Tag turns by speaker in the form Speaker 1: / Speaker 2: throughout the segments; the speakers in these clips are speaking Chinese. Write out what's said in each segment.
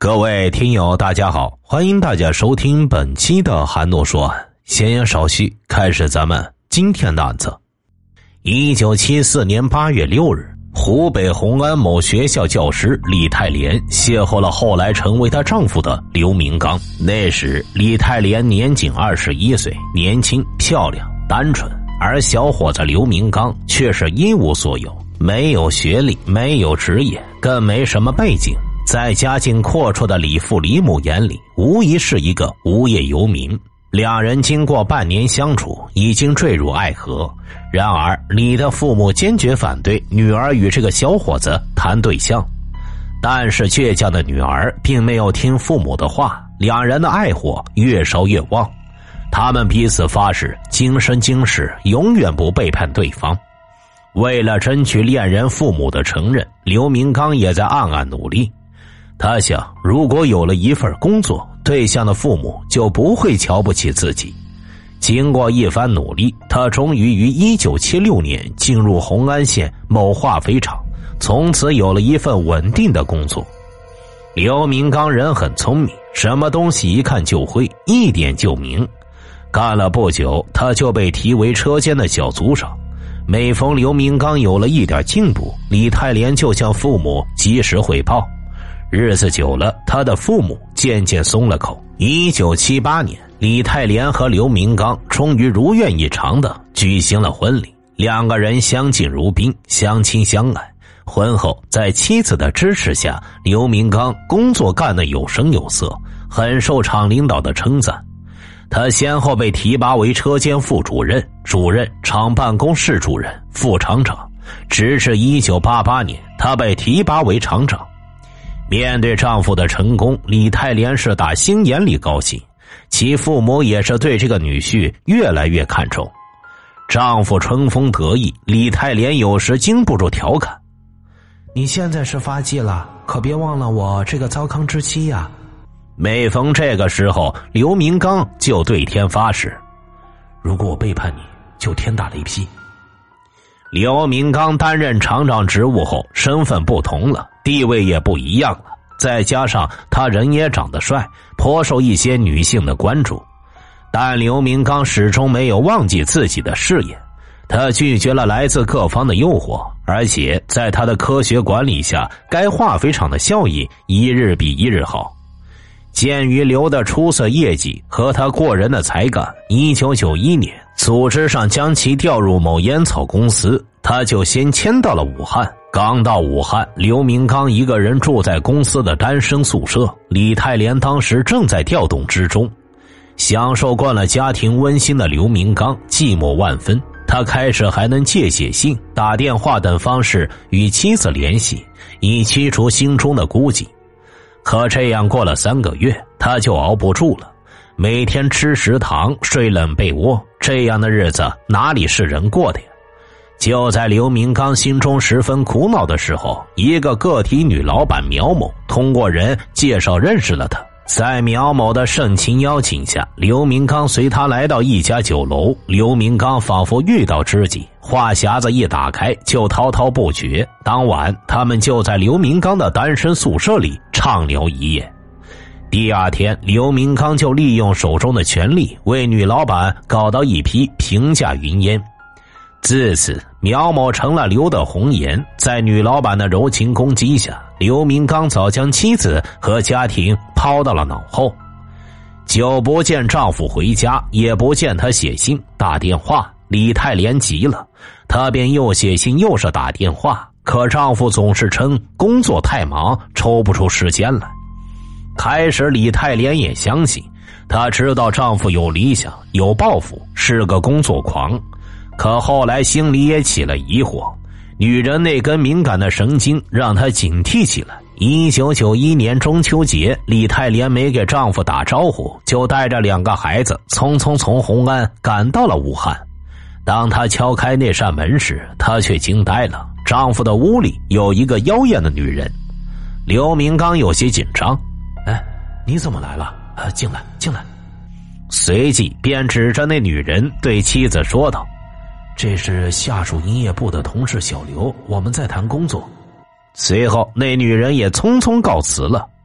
Speaker 1: 各位听友大家好，欢迎大家收听本期的韩诺说案。闲言少叙，开始咱们今天的案子。1974年8月6日，湖北红安某学校教师李泰莲邂逅了后来成为她丈夫的刘明刚。那时李泰莲年仅21岁，年轻漂亮单纯，而小伙子刘明刚却是一无所有，没有学历，没有职业，更没什么背景，在家境阔绰的李父李母眼里，无疑是一个无业游民。两人经过半年相处，已经坠入爱河。然而李的父母坚决反对女儿与这个小伙子谈对象，但是倔强的女儿并没有听父母的话，两人的爱火越烧越旺。他们彼此发誓今生今世永远不背叛对方。为了争取恋人父母的承认，刘明刚也在暗暗努力。他想，如果有了一份工作，对象的父母就不会瞧不起自己。经过一番努力，他终于于1976年进入红安县某化肥厂，从此有了一份稳定的工作。刘明刚人很聪明，什么东西一看就会，一点就明。干了不久，他就被提为车间的小组长。每逢刘明刚有了一点进步，李泰莲就向父母及时汇报。日子久了，他的父母渐渐松了口。1978年，李泰莲和刘明刚终于如愿以偿地举行了婚礼，两个人相敬如宾，相亲相爱。婚后，在妻子的支持下，刘明刚工作干得有声有色，很受厂领导的称赞。他先后被提拔为车间副主任、主任、厂办公室主任、副厂长，直至1988年，他被提拔为厂长。面对丈夫的成功，李泰莲是打心眼里高兴，其父母也是对这个女婿越来越看重。丈夫春风得意，李泰莲有时禁不住调侃：“你现在是发迹了，可别忘了我这个糟糠之妻呀。”每逢这个时候，刘明刚就对天发誓：“如果我背叛你，就天打雷劈。”刘明刚担任厂长职务后，身份不同了，地位也不一样了，再加上他人也长得帅，颇受一些女性的关注。但刘明刚始终没有忘记自己的事业，他拒绝了来自各方的诱惑，而且在他的科学管理下，该化肥厂的效益一日比一日好。鉴于刘的出色业绩和他过人的才干，1991年组织上将其调入某烟草公司，他就先迁到了武汉。刚到武汉，刘明刚一个人住在公司的单身宿舍，李泰莲当时正在调动之中。享受惯了家庭温馨的刘明刚寂寞万分，他开始还能借写信、打电话等方式与妻子联系，以驱除心中的孤寂。可这样过了3个月，他就熬不住了，每天吃食堂，睡冷被窝，这样的日子哪里是人过的呀？就在刘明刚心中十分苦恼的时候，一个个体女老板苗某通过人介绍认识了他。在苗某的盛情邀请下，刘明刚随他来到一家酒楼。刘明刚仿佛遇到知己，话匣子一打开就滔滔不绝。当晚他们就在刘明刚的单身宿舍里畅聊一夜。第二天，刘明刚就利用手中的权力为女老板搞到一批评价云烟。自此，苗某成了刘的红颜。在女老板的柔情攻击下，刘明刚早将妻子和家庭抛到了脑后。久不见丈夫回家，也不见他写信打电话，李泰莲急了，她便又写信又是打电话，可丈夫总是称工作太忙，抽不出时间来。开始李泰莲也相信，她知道丈夫有理想有抱负，是个工作狂。可后来心里也起了疑惑，女人那根敏感的神经让她警惕起来。1991年中秋节，李泰莲没给丈夫打招呼，就带着2个孩子匆匆从红安赶到了武汉。当她敲开那扇门时，她却惊呆了，丈夫的屋里有一个妖艳的女人。刘明刚有些紧张：“你怎么来了？进来，进来。”随即便指着那女人对妻子说道：“这是下属营业部的同事小刘，我们在谈工作。”随后那女人也匆匆告辞了。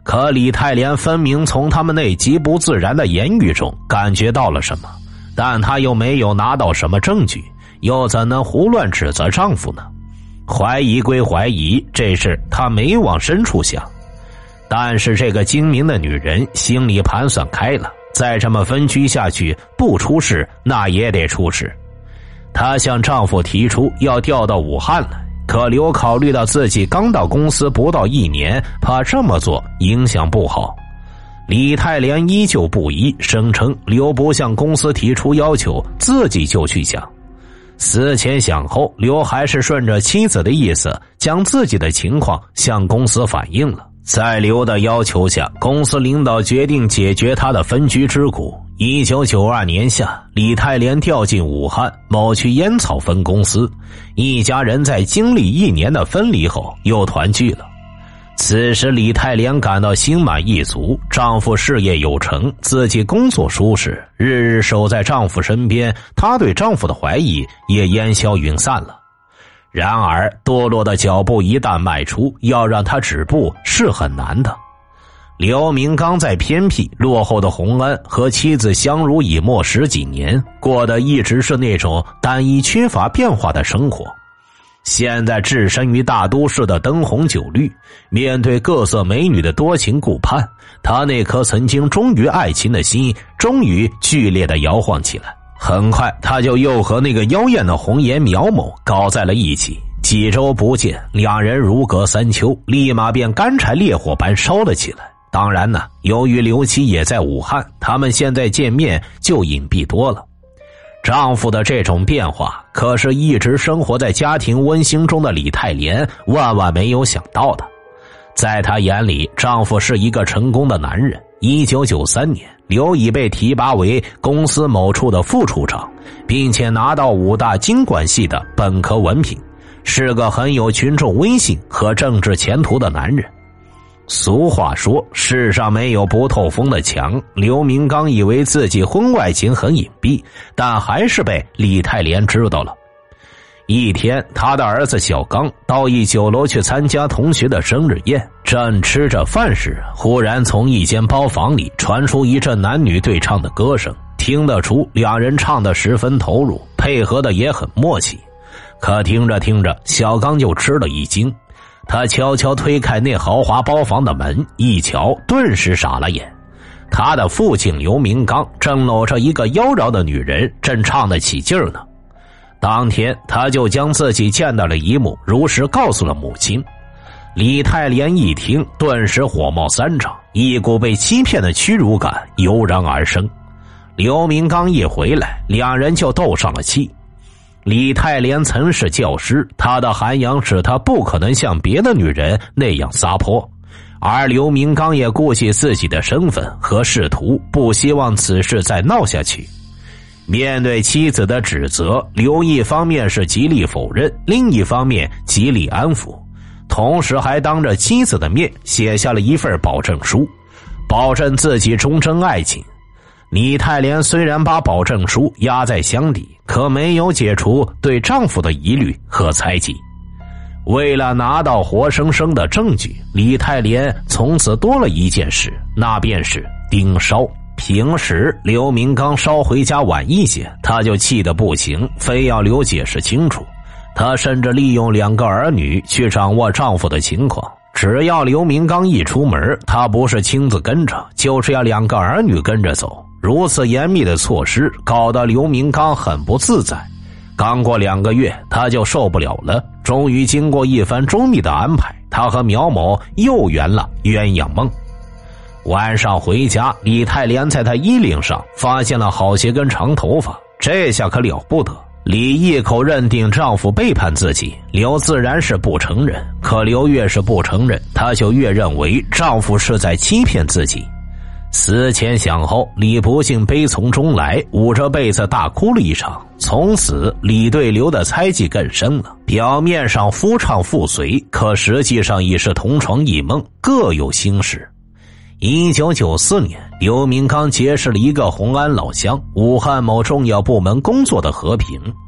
Speaker 1: 可李泰莲分明从他们那极不自然的言语中感觉到了什么，但她又没有拿到什么证据，又怎能胡乱指责丈夫呢？怀疑归怀疑，这事她没往深处想。但是这个精明的女人心里盘算开了，再这么分居下去，不出事那也得出事。她向丈夫提出要调到武汉来，可刘考虑到自己刚到公司不到1年，怕这么做影响不好。李泰莲依旧不依，声称刘不向公司提出要求，自己就去想。思前想后，刘还是顺着妻子的意思，将自己的情况向公司反映了。在刘的要求下，公司领导决定解决他的分居之苦。1992年夏，李泰莲调进武汉某区烟草分公司，一家人在经历1年的分离后又团聚了。此时李泰莲感到心满意足，丈夫事业有成，自己工作舒适，日日守在丈夫身边，她对丈夫的怀疑也烟消云散了。然而堕落的脚步一旦迈出，要让她止步是很难的。刘明刚在偏僻落后的红安和妻子相濡以沫10几年，过的一直是那种单一缺乏变化的生活。现在置身于大都市的灯红酒绿，面对各色美女的多情顾盼，他那颗曾经忠于爱情的心终于剧烈地摇晃起来。很快他就又和那个妖艳的红颜苗某搞在了一起，几周不见，两人如隔三秋，立马便干柴烈火般烧了起来。当然呢，由于刘妻也在武汉，他们现在见面就隐蔽多了。丈夫的这种变化，可是一直生活在家庭温馨中的李泰莲万万没有想到的。在她眼里，丈夫是一个成功的男人。1993年，刘已被提拔为公司某处的副处长，并且拿到5大经管系的本科文凭，是个很有群众威信和政治前途的男人。俗话说，世上没有不透风的墙。刘明刚以为自己婚外情很隐蔽，但还是被李泰莲知道了。一天，他的儿子小刚到一酒楼去参加同学的生日宴，正吃着饭时，忽然从一间包房里传出一阵男女对唱的歌声，听得出两人唱得十分投入，配合的也很默契。可听着听着，小刚就吃了一惊。他悄悄推开那豪华包房的门，一瞧，顿时傻了眼。他的父亲刘明刚正搂着一个妖娆的女人，正唱得起劲儿呢。当天他就将自己见到了一幕如实告诉了母亲。李泰莲一听，顿时火冒三丈，一股被欺骗的屈辱感油然而生。刘明刚一回来，两人就斗上了气。李泰莲曾是教师，她的涵养使她不可能像别的女人那样撒泼，而刘明刚也顾及自己的身份和仕途，不希望此事再闹下去。面对妻子的指责，刘一方面是极力否认，另一方面极力安抚，同时还当着妻子的面写下了一份保证书，保证自己忠贞爱情。李泰莲虽然把保证书压在箱底，可没有解除对丈夫的疑虑和猜忌。为了拿到活生生的证据，李泰莲从此多了一件事，那便是盯梢。平时刘明刚捎回家晚一些，他就气得不行，非要刘解释清楚。他甚至利用2个儿女去掌握丈夫的情况，只要刘明刚一出门，他不是亲自跟着，就是要2个儿女跟着走。如此严密的措施搞得刘明刚很不自在。刚过2个月，他就受不了了，终于经过一番周密的安排，他和苗某又圆了鸳鸯梦。晚上回家，李泰莲在他衣领上发现了好些根长头发，这下可了不得。李一口认定丈夫背叛自己，刘自然是不承认，可刘越是不承认，她就越认为丈夫是在欺骗自己。思前想后，李不幸悲从中来，捂着被子大哭了一场。从此李对刘的猜忌更深了，表面上夫唱妇随，可实际上已是同床异梦，各有心事。1994年，刘明刚结识了一个红安老乡，武汉某重要部门工作的和平。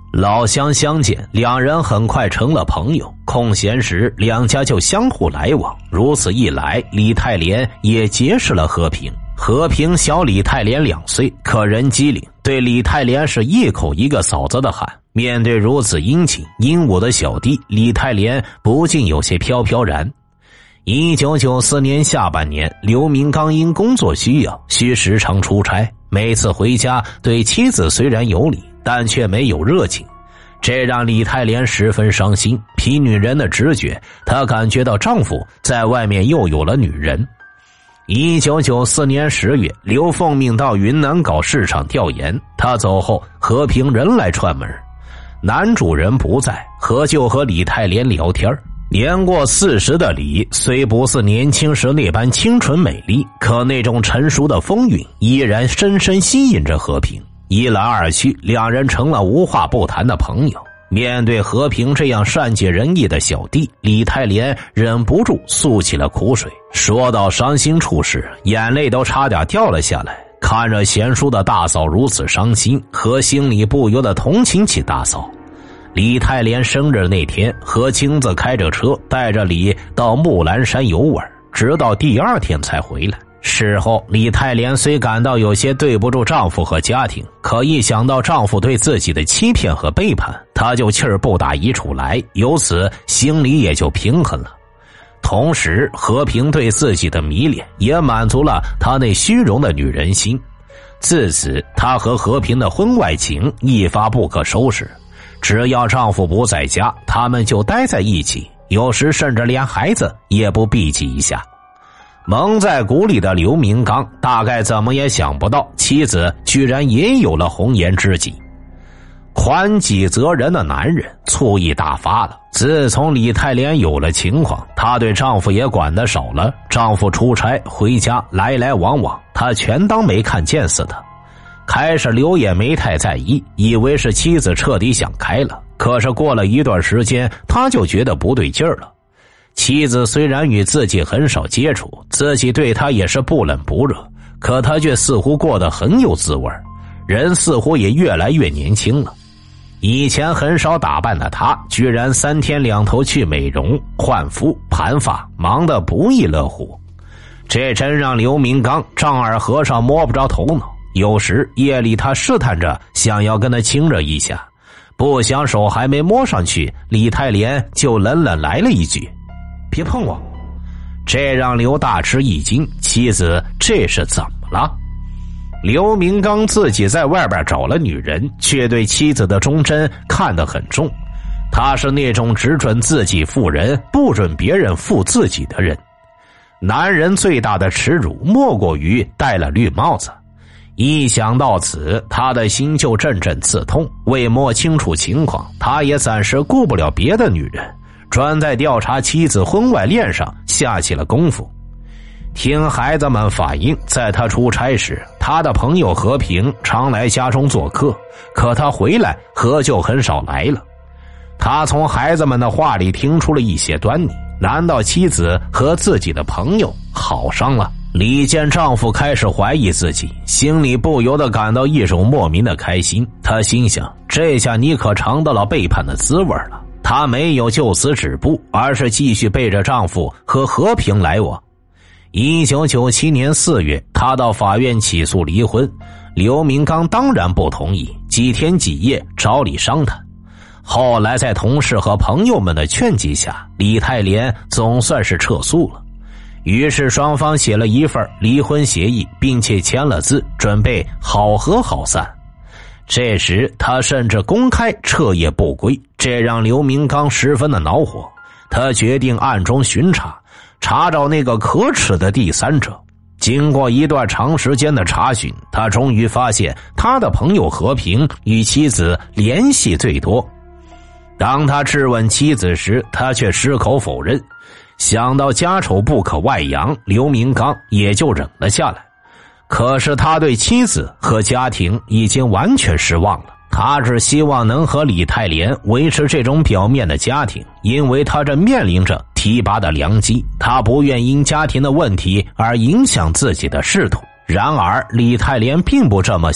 Speaker 1: 老乡相见，两人很快成了朋友，空闲时两家就相互来往。如此一来，李泰莲也结识了和平。和平小李泰莲2岁，可人机灵，对李泰莲是一口一个嫂子的喊。面对如此殷勤英武的小弟，李泰莲不禁有些飘飘然。1994年下半年，刘明刚因工作需要需时常出差，每次回家对妻子虽然有礼，但却没有热情，这让李泰莲十分伤心。凭女人的直觉，她感觉到丈夫在外面又有了女人。1994年10月，刘凤命到云南搞市场调研，她走后，和平人来串门，男主人不在，何就和李泰莲聊天。年过40的李虽不似年轻时那般清纯美丽，可那种成熟的风韵依然深深吸引着和平。一来二去，两人成了无话不谈的朋友。面对和平这样善解人意的小弟，李泰莲忍不住诉起了苦水。说到伤心处时，眼泪都差点掉了下来。看着贤淑的大嫂如此伤心，和心里不由得同情起大嫂。李泰莲生日那天，和亲自开着车带着李到木兰山游玩，直到第2天才回来。事后，李泰莲虽感到有些对不住丈夫和家庭，可一想到丈夫对自己的欺骗和背叛，她就气儿不打一处来，由此心里也就平衡了。同时，和平对自己的迷恋也满足了她那虚荣的女人心。自此，她和和平的婚外情一发不可收拾。只要丈夫不在家，他们就待在一起，有时甚至连孩子也不避忌一下。蒙在鼓里的刘明刚大概怎么也想不到，妻子居然也有了红颜知己。宽己责人的男人醋意大发了。自从李泰莲有了情况，她对丈夫也管得少了。丈夫出差回家来来往往，她全当没看见似的。开始刘也没太在意，以为是妻子彻底想开了。可是过了一段时间，他就觉得不对劲儿了。妻子虽然与自己很少接触，自己对她也是不冷不热，可她却似乎过得很有滋味，人似乎也越来越年轻了。以前很少打扮的她，居然3天2头去美容、换肤、盘发，忙得不亦乐乎。这真让刘明刚丈二和尚摸不着头脑。有时夜里他试探着想要跟他亲热一下，不想手还没摸上去，李泰莲就冷冷来了一句：“别碰我。”这让刘大吃一惊，妻子这是怎么了？刘明刚自己在外边找了女人，却对妻子的忠贞看得很重。他是那种只准自己负人，不准别人负自己的人。男人最大的耻辱莫过于戴了绿帽子。一想到此，他的心就阵阵刺痛。为摸清楚情况，他也暂时顾不了别的女人，专在调查妻子婚外恋上下起了功夫。听孩子们反映，在他出差时，他的朋友和平常来家中做客，可他回来何就很少来了。他从孩子们的话里听出了一些端倪，难道妻子和自己的朋友好上了？李见丈夫开始怀疑自己，心里不由得感到一种莫名的开心。她心想，这下你可尝到了背叛的滋味了。她没有就此止步，而是继续背着丈夫和和平来往。1997年4月，她到法院起诉离婚，刘明刚当然不同意，几天几夜找李商谈。后来在同事和朋友们的劝解下，李泰莲总算是撤诉了。于是双方写了一份离婚协议，并且签了字，准备好合好散。这时他甚至公开彻夜不归，这让刘明刚十分的恼火。他决定暗中巡查，查找那个可耻的第三者。经过一段长时间的查询，他终于发现他的朋友和平与妻子联系最多。当他质问妻子时，他却矢口否认。想到家丑不可外扬，刘明刚也就忍了下来。可是他对妻子和家庭已经完全失望了。他只希望能和李泰莲维持这种表面的家庭，因为他正面临着提拔的良机，他不愿因家庭的问题而影响自己的仕途。然而李泰莲并不这么想，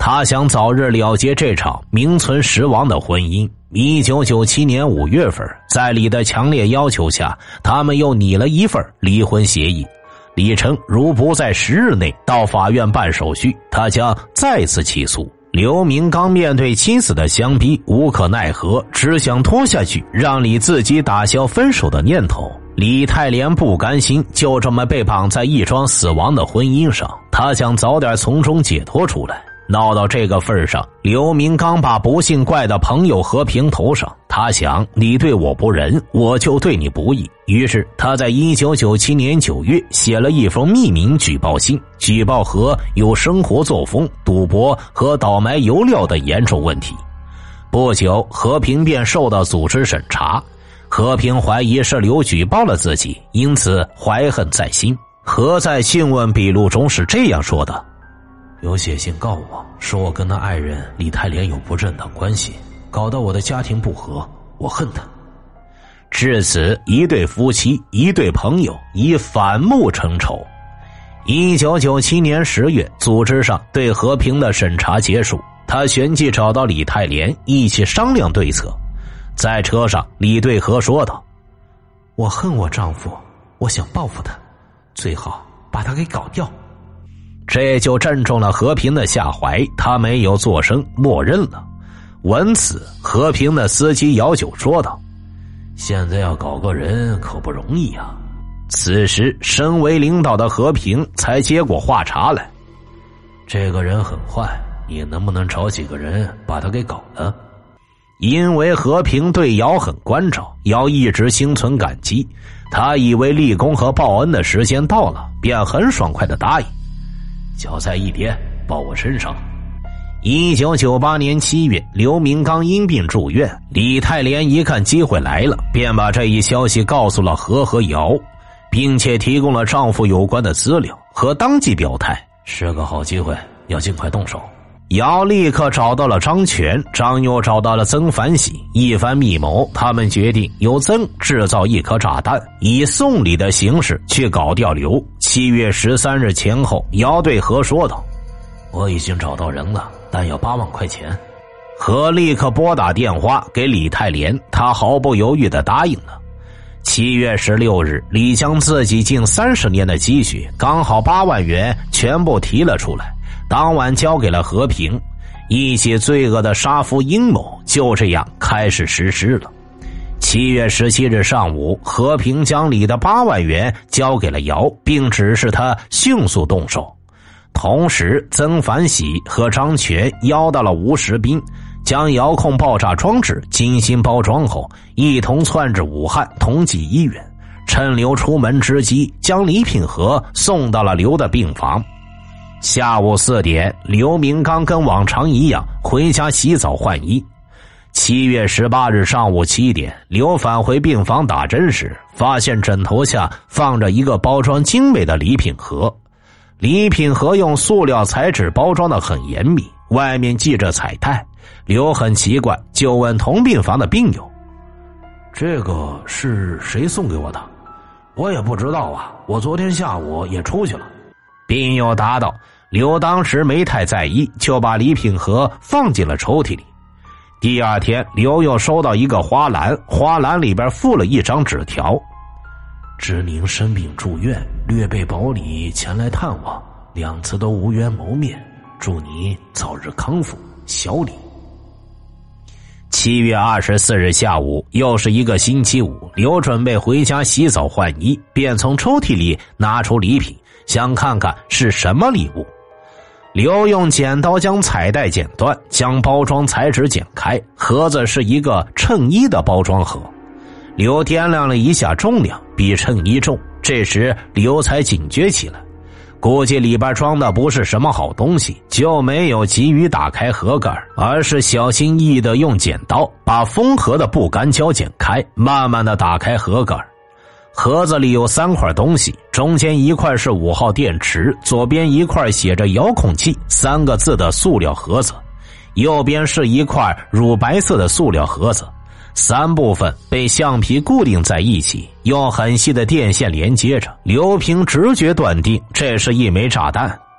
Speaker 1: 他想早日了结这场名存实亡的婚姻。1997年5月份，在李的强烈要求下，他们又拟了一份离婚协议。李称如不在10日内到法院办手续，他将再次起诉。刘明刚面对妻子的相逼无可奈何，只想拖下去，让李自己打消分手的念头。李泰莲不甘心就这么被绑在一桩死亡的婚姻上，他想早点从中解脱出来。闹到这个份上，刘明刚把不幸怪到朋友和平头上。他想，你对我不仁，我就对你不义。于是他在1997年9月写了一封匿名举报信，举报何有生活作风、赌博和倒卖油料的严重问题。不久，和平便受到组织审查。和平怀疑是刘举报了自己，因此怀恨在心。何在讯问笔录中是这样说的：刘写信告我，说我跟他爱人李泰莲有不正当关系，搞得我的家庭不和，我恨他。至此，一对夫妻，一对朋友以反目成仇。1997年10月，组织上对和平的审查结束，他旋即找到李泰莲一起商量对策。在车上，李对和说道：我恨我丈夫，我想报复他，最好把他给搞掉。这就正中了和平的下怀，他没有作声，默认了。闻此，和平的司机姚九说道：现在要搞个人可不容易啊。此时身为领导的和平才接过话茬来：这个人很坏，你能不能找几个人把他给搞了？因为和平对姚很关照，姚一直心存感激，他以为立功和报恩的时间到了，便很爽快地答应：脚在一天，报我身上。1998年7月，刘明刚因病住院，李泰莲一看机会来了，便把这一消息告诉了何和姚，并且提供了丈夫有关的资料，和当即表态是个好机会，要尽快动手。姚立刻找到了张全，张又找到了曾反喜，一番密谋，他们决定由曾制造一颗炸弹，以送礼的形式去搞掉刘。7月13日前后，姚对何说道：我已经找到人了，但要8万块钱。何立刻拨打电话给李泰莲，他毫不犹豫地答应了。7月16日，李将自己近30年的积蓄，刚好8万元全部提了出来，当晚交给了和平。一起罪恶的杀夫阴谋就这样开始实施了。7月17日上午，和平将李的8万元交给了姚，并指示他迅速动手。同时，曾反喜和张全邀到了吴石斌，将遥控爆炸装置精心包装后，一同窜至武汉同济医院，趁刘出门之机，将李品和送到了刘的病房。下午4点，刘明刚跟往常一样回家洗澡换衣。7月18日上午7点，刘返回病房打针时，发现枕头下放着一个包装精美的礼品盒。礼品盒用塑料材质包装得很严密，外面系着彩带。刘很奇怪，就问同病房的病友：这个是谁送给我的？我也不知道啊，我昨天下午也出去了。病友答道。刘当时没太在意，就把礼品盒放进了抽屉里。第二天，刘又收到一个花篮，花篮里边附了一张纸条：知您生病住院，略备薄礼前来探望，2次都无缘谋面，祝你早日康复，小李。7月24日下午，又是一个星期五，刘准备回家洗澡换衣，便从抽屉里拿出礼品，想看看是什么礼物。刘用剪刀将彩带剪断，将包装材质剪开，盒子是一个衬衣的包装盒。刘掂量了一下重量，比衬衣重，这时刘才警觉起来，估计里边装的不是什么好东西，就没有急于打开盒盖，而是小心翼翼地用剪刀把封盒的不干胶剪开，慢慢地打开盒盖。盒子里有3块东西，中间一块是5号电池，左边一块写着遥控器3个字的塑料盒子，右边是一块乳白色的塑料盒子，3部分被橡皮固定在一起，用很细的电线连接着。刘平直觉断定这是一枚炸弹，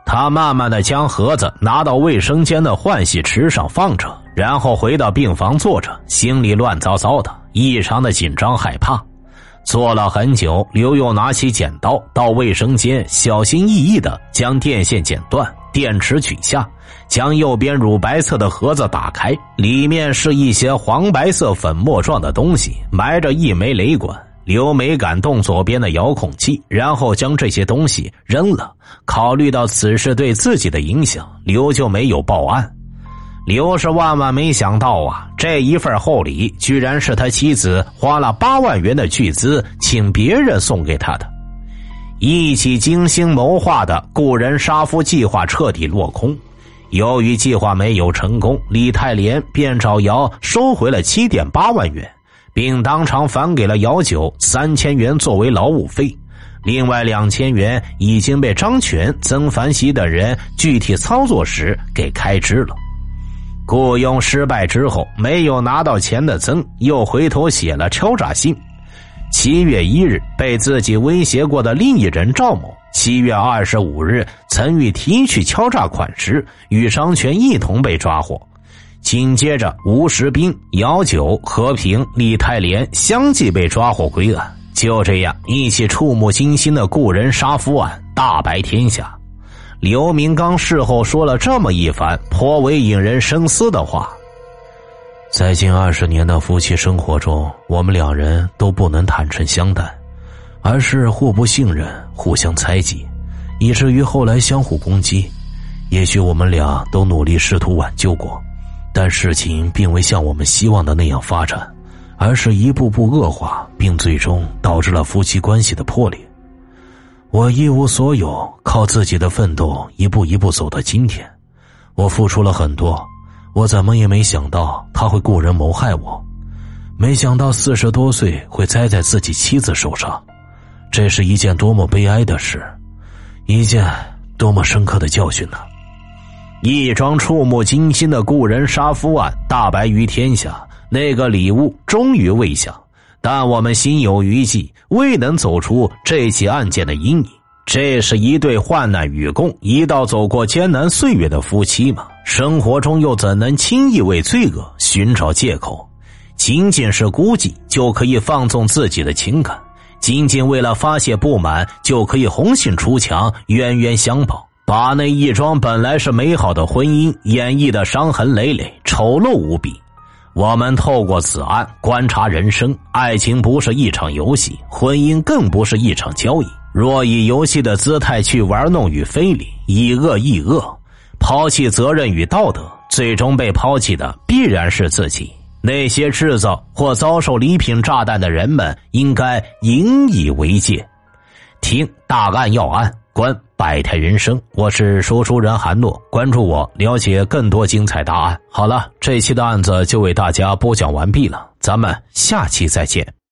Speaker 1: 他慢慢的将盒子拿到卫生间的换洗池上放着，然后回到病房坐着，心里乱糟糟的，异常的紧张害怕。坐了很久，刘又拿起剪刀到卫生间，小心翼翼地将电线剪断，电池取下，将右边乳白色的盒子打开，里面是一些黄白色粉末状的东西，埋着一枚雷管。刘没敢动左边的遥控器，然后将这些东西扔了。考虑到此事对自己的影响，刘就没有报案。刘是万万没想到啊，这一份厚礼居然是他妻子花了8万元的巨资请别人送给他的。一起精心谋划的雇人杀夫计划彻底落空。由于计划没有成功，李泰莲便找姚收回了7.8万元，并当场返给了姚九3000元作为劳务费。另外2000元已经被张全、曾凡熙等人具体操作时给开支了。雇佣失败之后，没有拿到钱的曾又回头写了敲诈信。7月1日，被自己威胁过的另一人赵某7月25日曾与提取敲诈款时与张全一同被抓获。紧接着吴石斌、姚九、和平、李泰莲相继被抓获归案。就这样，一起触目惊心的雇人杀夫案大白天下。刘明刚事后说了这么一番颇为引人深思的话：在近20年的夫妻生活中，我们两人都不能坦诚相待，而是互不信任，互相猜忌，以至于后来相互攻击。也许我们俩都努力试图挽救过，但事情并未像我们希望的那样发展，而是一步步恶化，并最终导致了夫妻关系的破裂。我一无所有，靠自己的奋斗一步一步走到今天。我付出了很多，我怎么也没想到他会雇人谋害我，没想到40多岁会栽在自己妻子手上。这是一件多么悲哀的事，一件多么深刻的教训呢！一桩触目惊心的雇人杀夫案大白于天下，那个礼物终于未响，但我们心有余悸，未能走出这起案件的阴影。这是一对患难与共、一道走过艰难岁月的夫妻吗？生活中又怎能轻易为罪恶寻找借口？仅仅是孤寂就可以放纵自己的情感，仅仅为了发泄不满就可以红杏出墙、冤冤相报，把那一桩本来是美好的婚姻演绎得伤痕累累、丑陋无比。我们透过此案观察人生，爱情不是一场游戏，婚姻更不是一场交易。若以游戏的姿态去玩弄与非礼，以恶易恶，抛弃责任与道德，最终被抛弃的必然是自己。那些制造或遭受礼品炸弹的人们应该引以为戒。听大案要案，观百态人生，我是说书人韩诺，关注我，了解更多精彩答案。好了，这期的案子就为大家播讲完毕了，咱们下期再见。